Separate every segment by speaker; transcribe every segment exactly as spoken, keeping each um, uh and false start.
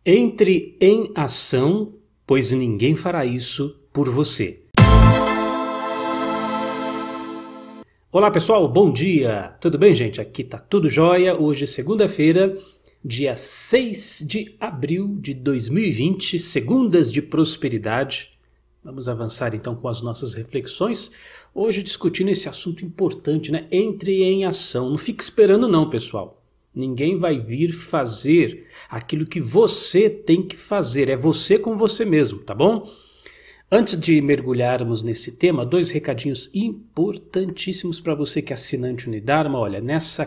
Speaker 1: Entre em ação, pois ninguém fará isso por você. Olá pessoal, bom dia! Tudo bem, gente? Aqui tá tudo jóia. Hoje, segunda-feira, dia seis de abril de dois mil e vinte, segundas de prosperidade. Vamos avançar então com as nossas reflexões. Hoje discutindo esse assunto importante, né? Entre em ação. Não fique esperando não, pessoal. Ninguém vai vir fazer aquilo que você tem que fazer. É você com você mesmo, tá bom? Antes de mergulharmos nesse tema, dois recadinhos importantíssimos para você que é assinante Unidarma. Olha, nessa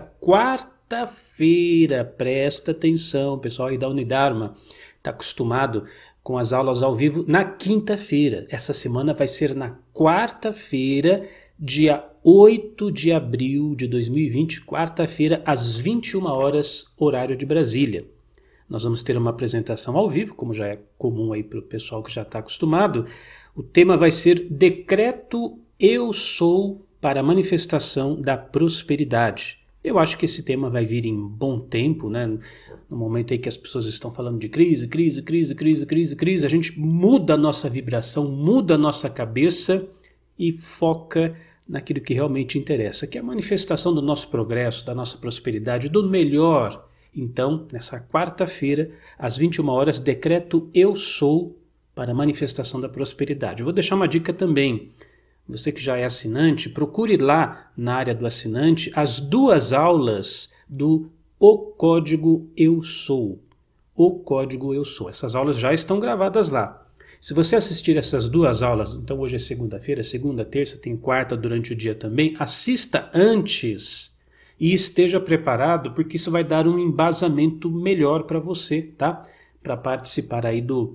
Speaker 1: quarta-feira, presta atenção, pessoal aí da Unidarma, está acostumado com as aulas ao vivo na quinta-feira. Essa semana vai ser na quarta-feira, dia oito de abril de dois mil e vinte, quarta-feira, às vinte e uma horas, horário de Brasília. Nós vamos ter uma apresentação ao vivo, como já é comum aí para o pessoal que já está acostumado. O tema vai ser Decreto Eu Sou para a Manifestação da Prosperidade. Eu acho que esse tema vai vir em bom tempo, né? No momento aí que as pessoas estão falando de crise, crise, crise, crise, crise, crise, a gente muda a nossa vibração, muda a nossa cabeça e foca naquilo que realmente interessa, que é a manifestação do nosso progresso, da nossa prosperidade, do melhor. Então, nessa quarta-feira, às vinte e uma horas, decreto Eu Sou para a manifestação da prosperidade. Eu vou deixar uma dica também. Você que já é assinante, procure lá na área do assinante as duas aulas do O Código Eu Sou. O Código Eu Sou. Essas aulas já estão gravadas lá. Se você assistir essas duas aulas, então hoje é segunda-feira, segunda, terça, tem quarta durante o dia também, assista antes e esteja preparado, porque isso vai dar um embasamento melhor para você, tá? Para participar aí do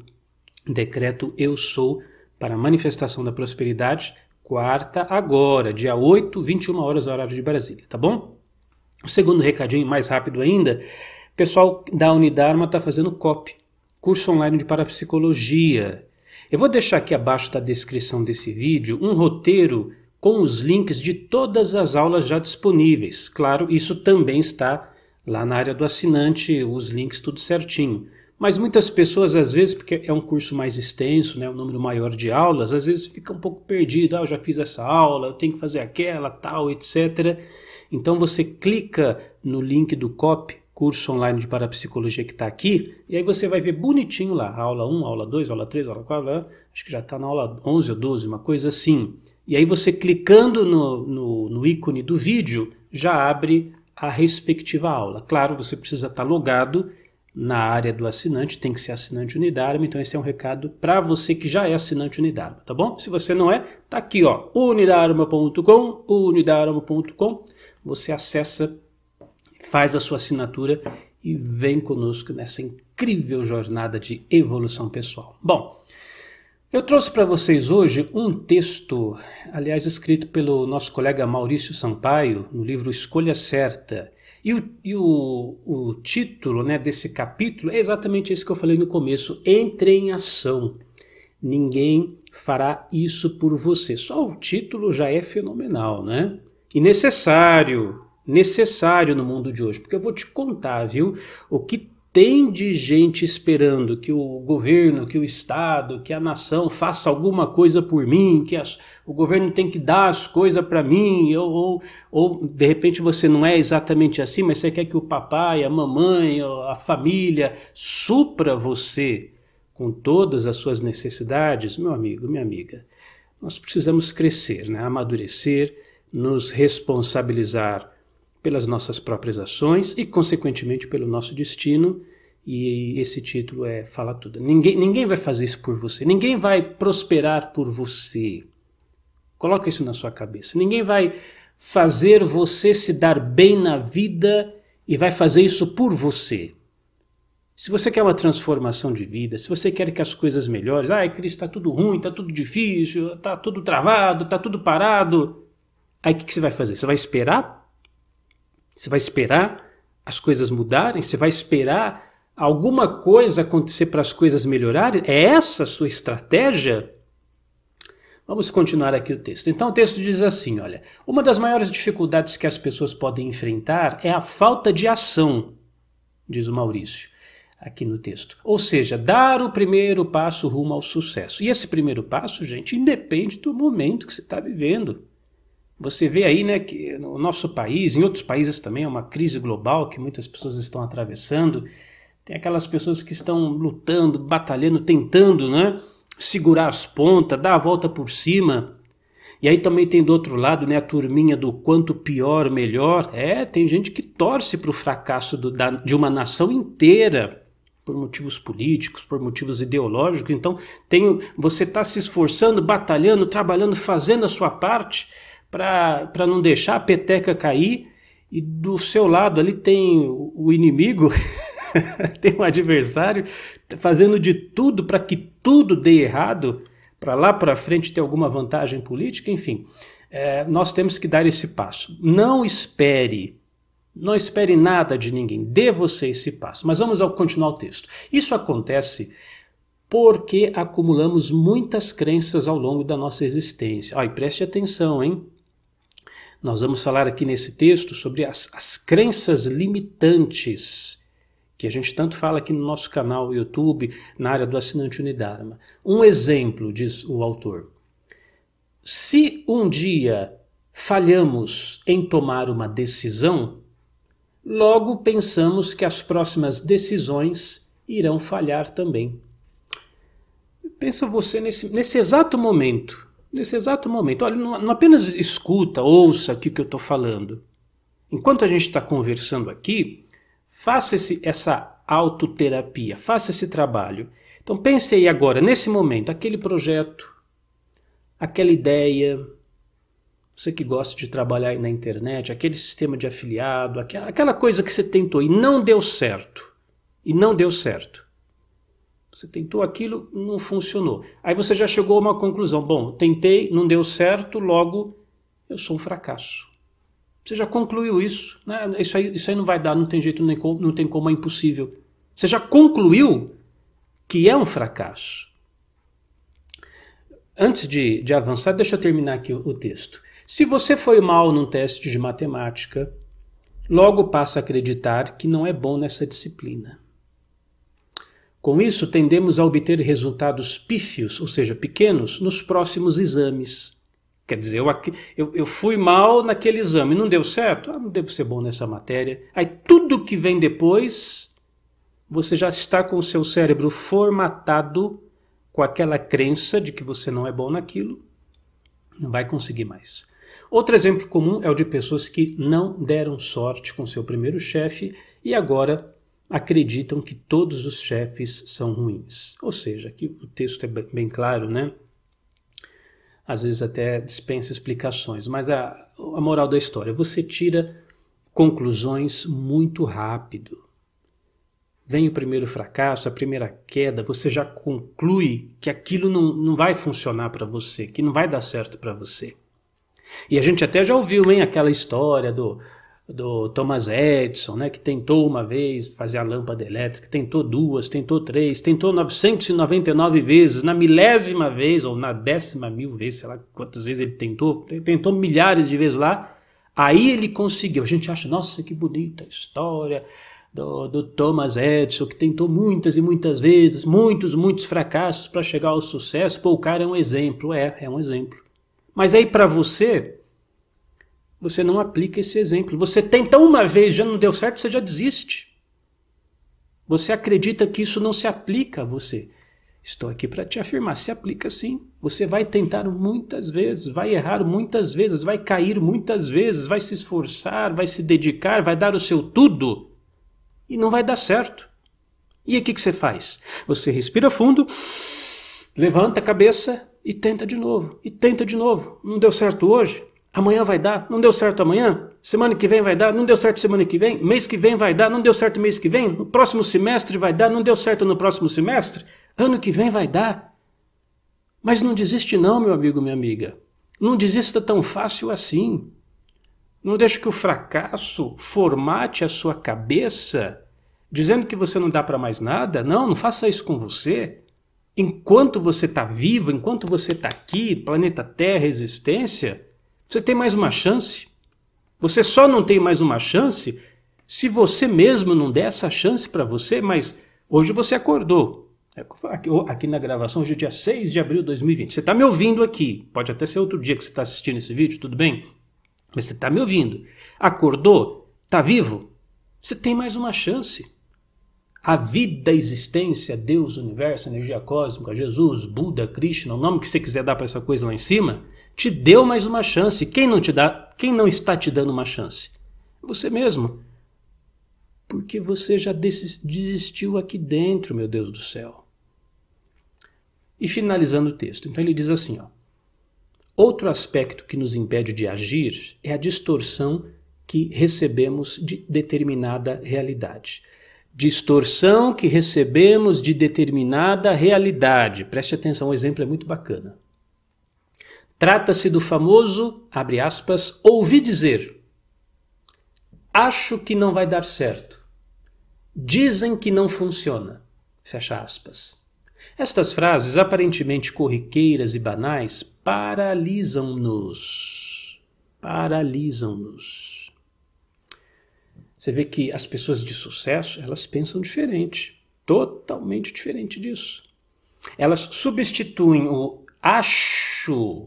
Speaker 1: decreto Eu Sou para a manifestação da prosperidade, quarta agora, dia oito, vinte e uma horas, horário de Brasília, tá bom? O segundo recadinho, mais rápido ainda, o pessoal da Unidarma está fazendo C O P, curso online de parapsicologia. Eu vou deixar aqui abaixo da descrição desse vídeo um roteiro com os links de todas as aulas já disponíveis. Claro, isso também está lá na área do assinante, os links tudo certinho. Mas muitas pessoas, às vezes, porque é um curso mais extenso, né, um número maior de aulas, às vezes fica um pouco perdido. Ah, eu já fiz essa aula, eu tenho que fazer aquela, tal, etcétera. Então você clica no link do C O P, curso online de parapsicologia que está aqui, e aí você vai ver bonitinho lá, aula um, aula dois, aula três, aula quatro, acho que já está na aula onze ou doze, uma coisa assim. E aí você clicando no, no, no ícone do vídeo, já abre a respectiva aula. Claro, você precisa estar logado na área do assinante, tem que ser assinante Unidarma, então esse é um recado para você que já é assinante Unidarma, tá bom? Se você não é, tá aqui, ó, unidarma ponto com, unidarma ponto com, você acessa, faz a sua assinatura e vem conosco nessa incrível jornada de evolução pessoal. Bom, eu trouxe para vocês hoje um texto, aliás, escrito pelo nosso colega Maurício Sampaio, no livro Escolha Certa. E o, e o, o título, né, desse capítulo é exatamente esse que eu falei no começo, Entre em Ação. Ninguém fará isso por você. Só o título já é fenomenal, né? E necessário. necessário no mundo de hoje, porque eu vou te contar, viu, o que tem de gente esperando que o governo, que o Estado, que a nação faça alguma coisa por mim, que as, o governo tem que dar as coisas para mim, ou, ou, ou de repente você não é exatamente assim, mas você quer que o papai, a mamãe, a família supra você com todas as suas necessidades. Meu amigo, minha amiga, nós precisamos crescer, né? Amadurecer, nos responsabilizar pelas nossas próprias ações e, consequentemente, pelo nosso destino. E esse título é fala tudo. Ninguém, ninguém vai fazer isso por você. Ninguém vai prosperar por você. Coloca isso na sua cabeça. Ninguém vai fazer você se dar bem na vida e vai fazer isso por você. Se você quer uma transformação de vida, se você quer que as coisas melhorem, ai, Cris, está tudo ruim, está tudo difícil, está tudo travado, está tudo parado. Aí o que, que você vai fazer? Você vai esperar? Você vai esperar as coisas mudarem? Você vai esperar alguma coisa acontecer para as coisas melhorarem? É essa a sua estratégia? Vamos continuar aqui o texto. Então o texto diz assim, olha, uma das maiores dificuldades que as pessoas podem enfrentar é a falta de ação, diz o Maurício. aqui no texto. Ou seja, dar o primeiro passo rumo ao sucesso. E esse primeiro passo, gente, independe do momento que você está vivendo. Você vê aí, né, que no nosso país, em outros países também, é uma crise global que muitas pessoas estão atravessando. Tem aquelas pessoas que estão lutando, batalhando, tentando, né, segurar as pontas, dar a volta por cima. E aí também tem do outro lado, né, a turminha do quanto pior, melhor. É, tem gente que torce para o fracasso do, da, de uma nação inteira, por motivos políticos, por motivos ideológicos. Então, tem, você está se esforçando, batalhando, trabalhando, fazendo a sua parte para não deixar a peteca cair, e do seu lado ali tem o, o inimigo, tem um adversário fazendo de tudo para que tudo dê errado, para lá para frente ter alguma vantagem política, enfim. É, nós temos que dar esse passo. Não espere, não espere nada de ninguém, dê você esse passo. Mas vamos ao, continuar o texto. Isso acontece porque acumulamos muitas crenças ao longo da nossa existência. Ah, e preste atenção, hein? Nós vamos falar aqui nesse texto sobre as, as crenças limitantes, que a gente tanto fala aqui no nosso canal YouTube, na área do assinante Unidharma. Um exemplo, diz o autor. Se um dia falhamos em tomar uma decisão, logo pensamos que as próximas decisões irão falhar também. Pensa você nesse, nesse exato momento. Nesse exato momento, olha, não, não apenas escuta, ouça aqui o que eu estou falando. Enquanto a gente está conversando aqui, faça esse, essa autoterapia, faça esse trabalho. Então pense aí agora, nesse momento, aquele projeto, aquela ideia, você que gosta de trabalhar aí na internet, aquele sistema de afiliado, aquela, aquela coisa que você tentou e não deu certo. E não deu certo. Você tentou aquilo, não funcionou. Aí você já chegou a uma conclusão. Bom, tentei, não deu certo, logo eu sou um fracasso. Você já concluiu isso, né? Isso aí, isso aí não vai dar, não tem jeito, não tem como, é impossível. Você já concluiu que é um fracasso. Antes de, de avançar, deixa eu terminar aqui o, o texto. Se você foi mal num teste de matemática, logo passa a acreditar que não é bom nessa disciplina. Com isso, tendemos a obter resultados pífios, ou seja, pequenos, nos próximos exames. Quer dizer, eu, eu, eu fui mal naquele exame, não deu certo? Ah, não devo ser bom nessa matéria. Aí tudo que vem depois, você já está com o seu cérebro formatado com aquela crença de que você não é bom naquilo, não vai conseguir mais. Outro exemplo comum é o de pessoas que não deram sorte com seu primeiro chefe e agora acreditam que todos os chefes são ruins. Ou seja, aqui o texto é bem claro, né? Às vezes até dispensa explicações, mas a, a moral da história, você tira conclusões muito rápido. Vem o primeiro fracasso, a primeira queda, você já conclui que aquilo não, não vai funcionar para você, que não vai dar certo para você. E a gente até já ouviu, hein, aquela história do... do Thomas Edison, né, que tentou uma vez fazer a lâmpada elétrica, tentou duas, tentou três, tentou novecentas e noventa e nove vezes, na milésima vez, ou na décima mil vezes, sei lá quantas vezes ele tentou, tentou milhares de vezes lá, aí ele conseguiu. A gente acha, nossa, que bonita a história do, do Thomas Edison, que tentou muitas e muitas vezes, muitos, muitos fracassos para chegar ao sucesso. Pô, o cara é um exemplo, é, é um exemplo. Mas aí para você... você não aplica esse exemplo. Você tenta uma vez, já não deu certo, você já desiste. Você acredita que isso não se aplica a você. Estou aqui para te afirmar, se aplica sim. Você vai tentar muitas vezes, vai errar muitas vezes, vai cair muitas vezes, vai se esforçar, vai se dedicar, vai dar o seu tudo e não vai dar certo. E aí o que, que você faz? Você respira fundo, levanta a cabeça e tenta de novo, e tenta de novo. Não deu certo hoje? Amanhã vai dar, não deu certo amanhã, semana que vem vai dar, não deu certo semana que vem, mês que vem vai dar, não deu certo mês que vem, no próximo semestre vai dar, não deu certo no próximo semestre, ano que vem vai dar. Mas não desiste não, meu amigo, minha amiga. Não desista tão fácil assim. Não deixe que o fracasso formate a sua cabeça, dizendo que você não dá para mais nada. Não, não faça isso com você. Enquanto você está vivo, enquanto você está aqui, planeta Terra, existência... você tem mais uma chance. Você só não tem mais uma chance se você mesmo não der essa chance para você, mas Hoje você acordou. Aqui, aqui na gravação, hoje é dia seis de abril de dois mil e vinte. Você está me ouvindo aqui. Pode até ser outro dia que você está assistindo esse vídeo, tudo bem? Mas você está me ouvindo. Acordou? Está vivo? Você tem mais uma chance. A vida, a existência, Deus, o universo, a energia cósmica, Jesus, Buda, Krishna, o nome que você quiser dar para essa coisa lá em cima, te deu mais uma chance. Quem não te dá, quem não está te dando uma chance? Você mesmo. Porque você já desistiu aqui dentro, meu Deus do céu. E finalizando o texto, então ele diz assim, ó, outro aspecto que nos impede de agir é a distorção que recebemos de determinada realidade. Distorção que recebemos de determinada realidade. Preste atenção, o exemplo é muito bacana. Trata-se do famoso, abre aspas, ouvi dizer, acho que não vai dar certo, dizem que não funciona, fecha aspas. Estas frases, aparentemente corriqueiras e banais, paralisam-nos. Paralisam-nos. Você vê que as pessoas de sucesso, elas pensam diferente. Totalmente diferente disso. Elas substituem o acho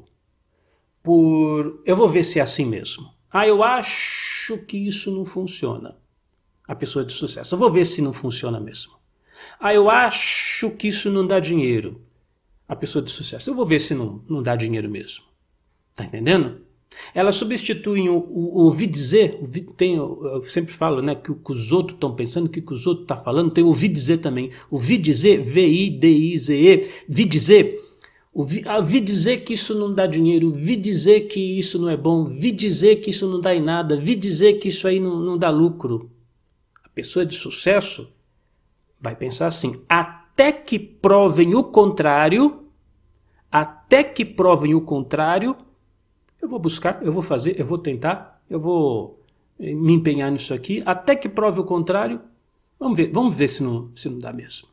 Speaker 1: por eu vou ver se é assim mesmo. Ah, eu acho que isso não funciona. A pessoa de sucesso. Eu vou ver se não funciona mesmo. Ah, eu acho que isso não dá dinheiro. A pessoa de sucesso. Eu vou ver se não, não dá dinheiro mesmo. Tá entendendo? Elas substituem o, o, o ouvi dizer. O, tem, eu sempre falo, né, que o que os outros estão pensando, o que os outros estão falando. Tem o ouvi dizer também. Ouvi dizer, V I D I Z E. Vi dizer. Ouvi, ouvi dizer que isso não dá dinheiro. Vi dizer que isso não é bom. Vi dizer que isso não dá em nada. Vi dizer que isso aí não, não dá lucro. A pessoa de sucesso vai pensar assim, até que provem o contrário, até que provem o contrário, eu vou buscar, eu vou fazer, eu vou tentar, eu vou me empenhar nisso aqui, até que prove o contrário, vamos ver, vamos ver se não, se não dá mesmo.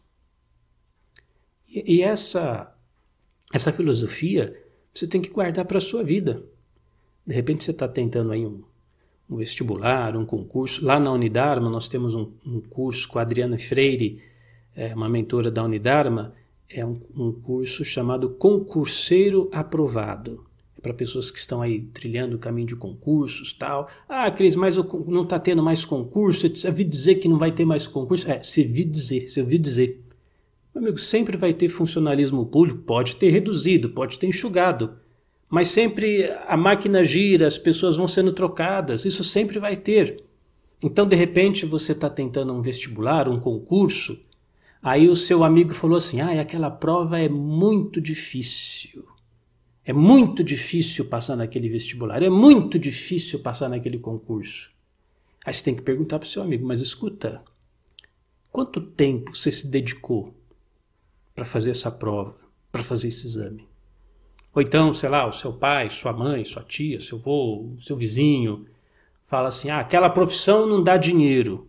Speaker 1: E, e essa, essa filosofia você tem que guardar para a sua vida. De repente você está tentando aí um, um vestibular, um concurso. Lá na Unidarma nós temos um, um curso com a Adriana Freire, é, uma mentora da Unidarma, é um, um curso chamado Concurseiro Aprovado. É para pessoas que estão aí trilhando o caminho de concursos e tal. Ah, Cris, mas eu, não está tendo mais concurso, eu ouvi dizer que não vai ter mais concurso. É, se vi dizer, se eu vi dizer. Meu amigo, sempre vai ter funcionalismo público, pode ter reduzido, pode ter enxugado. Mas sempre a máquina gira, as pessoas vão sendo trocadas, isso sempre vai ter. Então, de repente, você está tentando um vestibular, um concurso, aí o seu amigo falou assim, ah, aquela prova é muito difícil. É muito difícil passar naquele vestibular, é muito difícil passar naquele concurso. Aí você tem que perguntar para o seu amigo, mas escuta, quanto tempo você se dedicou para fazer essa prova, para fazer esse exame? Ou então, sei lá, o seu pai, sua mãe, sua tia, seu avô, seu vizinho, fala assim, ah, aquela profissão não dá dinheiro.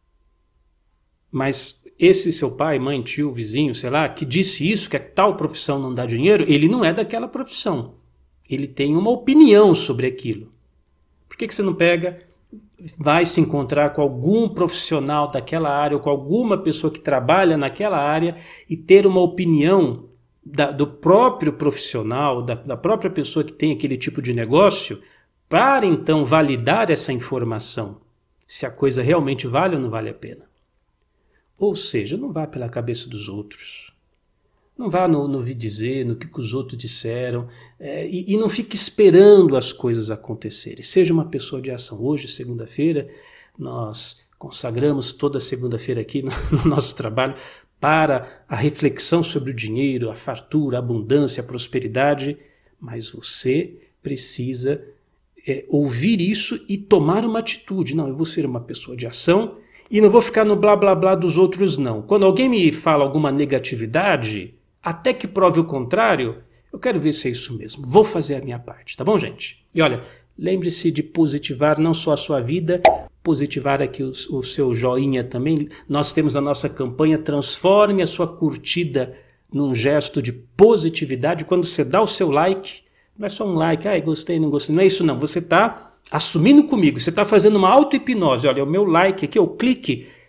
Speaker 1: Mas esse seu pai, mãe, tio, vizinho, sei lá, que disse isso, que a tal profissão não dá dinheiro, ele não é daquela profissão. Ele tem uma opinião sobre aquilo. Por que que você não pega, vai se encontrar com algum profissional daquela área, ou com alguma pessoa que trabalha naquela área e ter uma opinião Da, do próprio profissional, da, da própria pessoa que tem aquele tipo de negócio, para então validar essa informação, se a coisa realmente vale ou não vale a pena. Ou seja, não vá pela cabeça dos outros, não vá no, no vi dizer, no que, que os outros disseram, é, e, e não fique esperando as coisas acontecerem. Seja uma pessoa de ação. Hoje, segunda-feira, nós consagramos toda segunda-feira aqui no, no nosso trabalho para a reflexão sobre o dinheiro, a fartura, a abundância, a prosperidade, mas você precisa é, ouvir isso e tomar uma atitude. Não, eu vou ser uma pessoa de ação e não vou ficar no blá blá blá dos outros não. Quando alguém me fala alguma negatividade, até que prove o contrário, eu quero ver se é isso mesmo. Vou fazer a minha parte, tá bom, gente? E olha, lembre-se de positivar não só a sua vida, positivar aqui o, o seu joinha também. Nós temos a nossa campanha Transforme a sua curtida num gesto de positividade. Quando você dá o seu like, não é só um like, ai, gostei, não gostei, não é isso não. Você está assumindo comigo, você está fazendo uma auto-hipnose. Olha, o meu like aqui, o clique,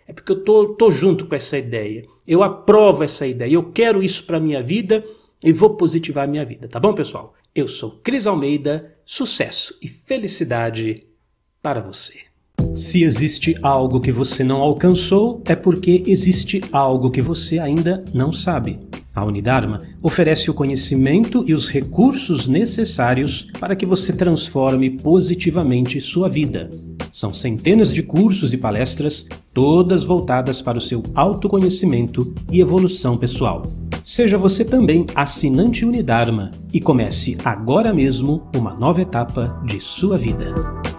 Speaker 1: é porque eu tô, tô junto com essa ideia. Eu aprovo essa ideia, eu quero isso para minha vida e vou positivar a minha vida, tá bom, pessoal? Eu sou Cris Almeida, sucesso e felicidade para você. Se existe algo que você não alcançou, é porque existe algo que você ainda não sabe. A Unidarma oferece o conhecimento e os recursos necessários para que você transforme positivamente sua vida. São centenas de cursos e palestras, todas voltadas para o seu autoconhecimento e evolução pessoal. Seja você também assinante Unidarma e comece agora mesmo uma nova etapa de sua vida.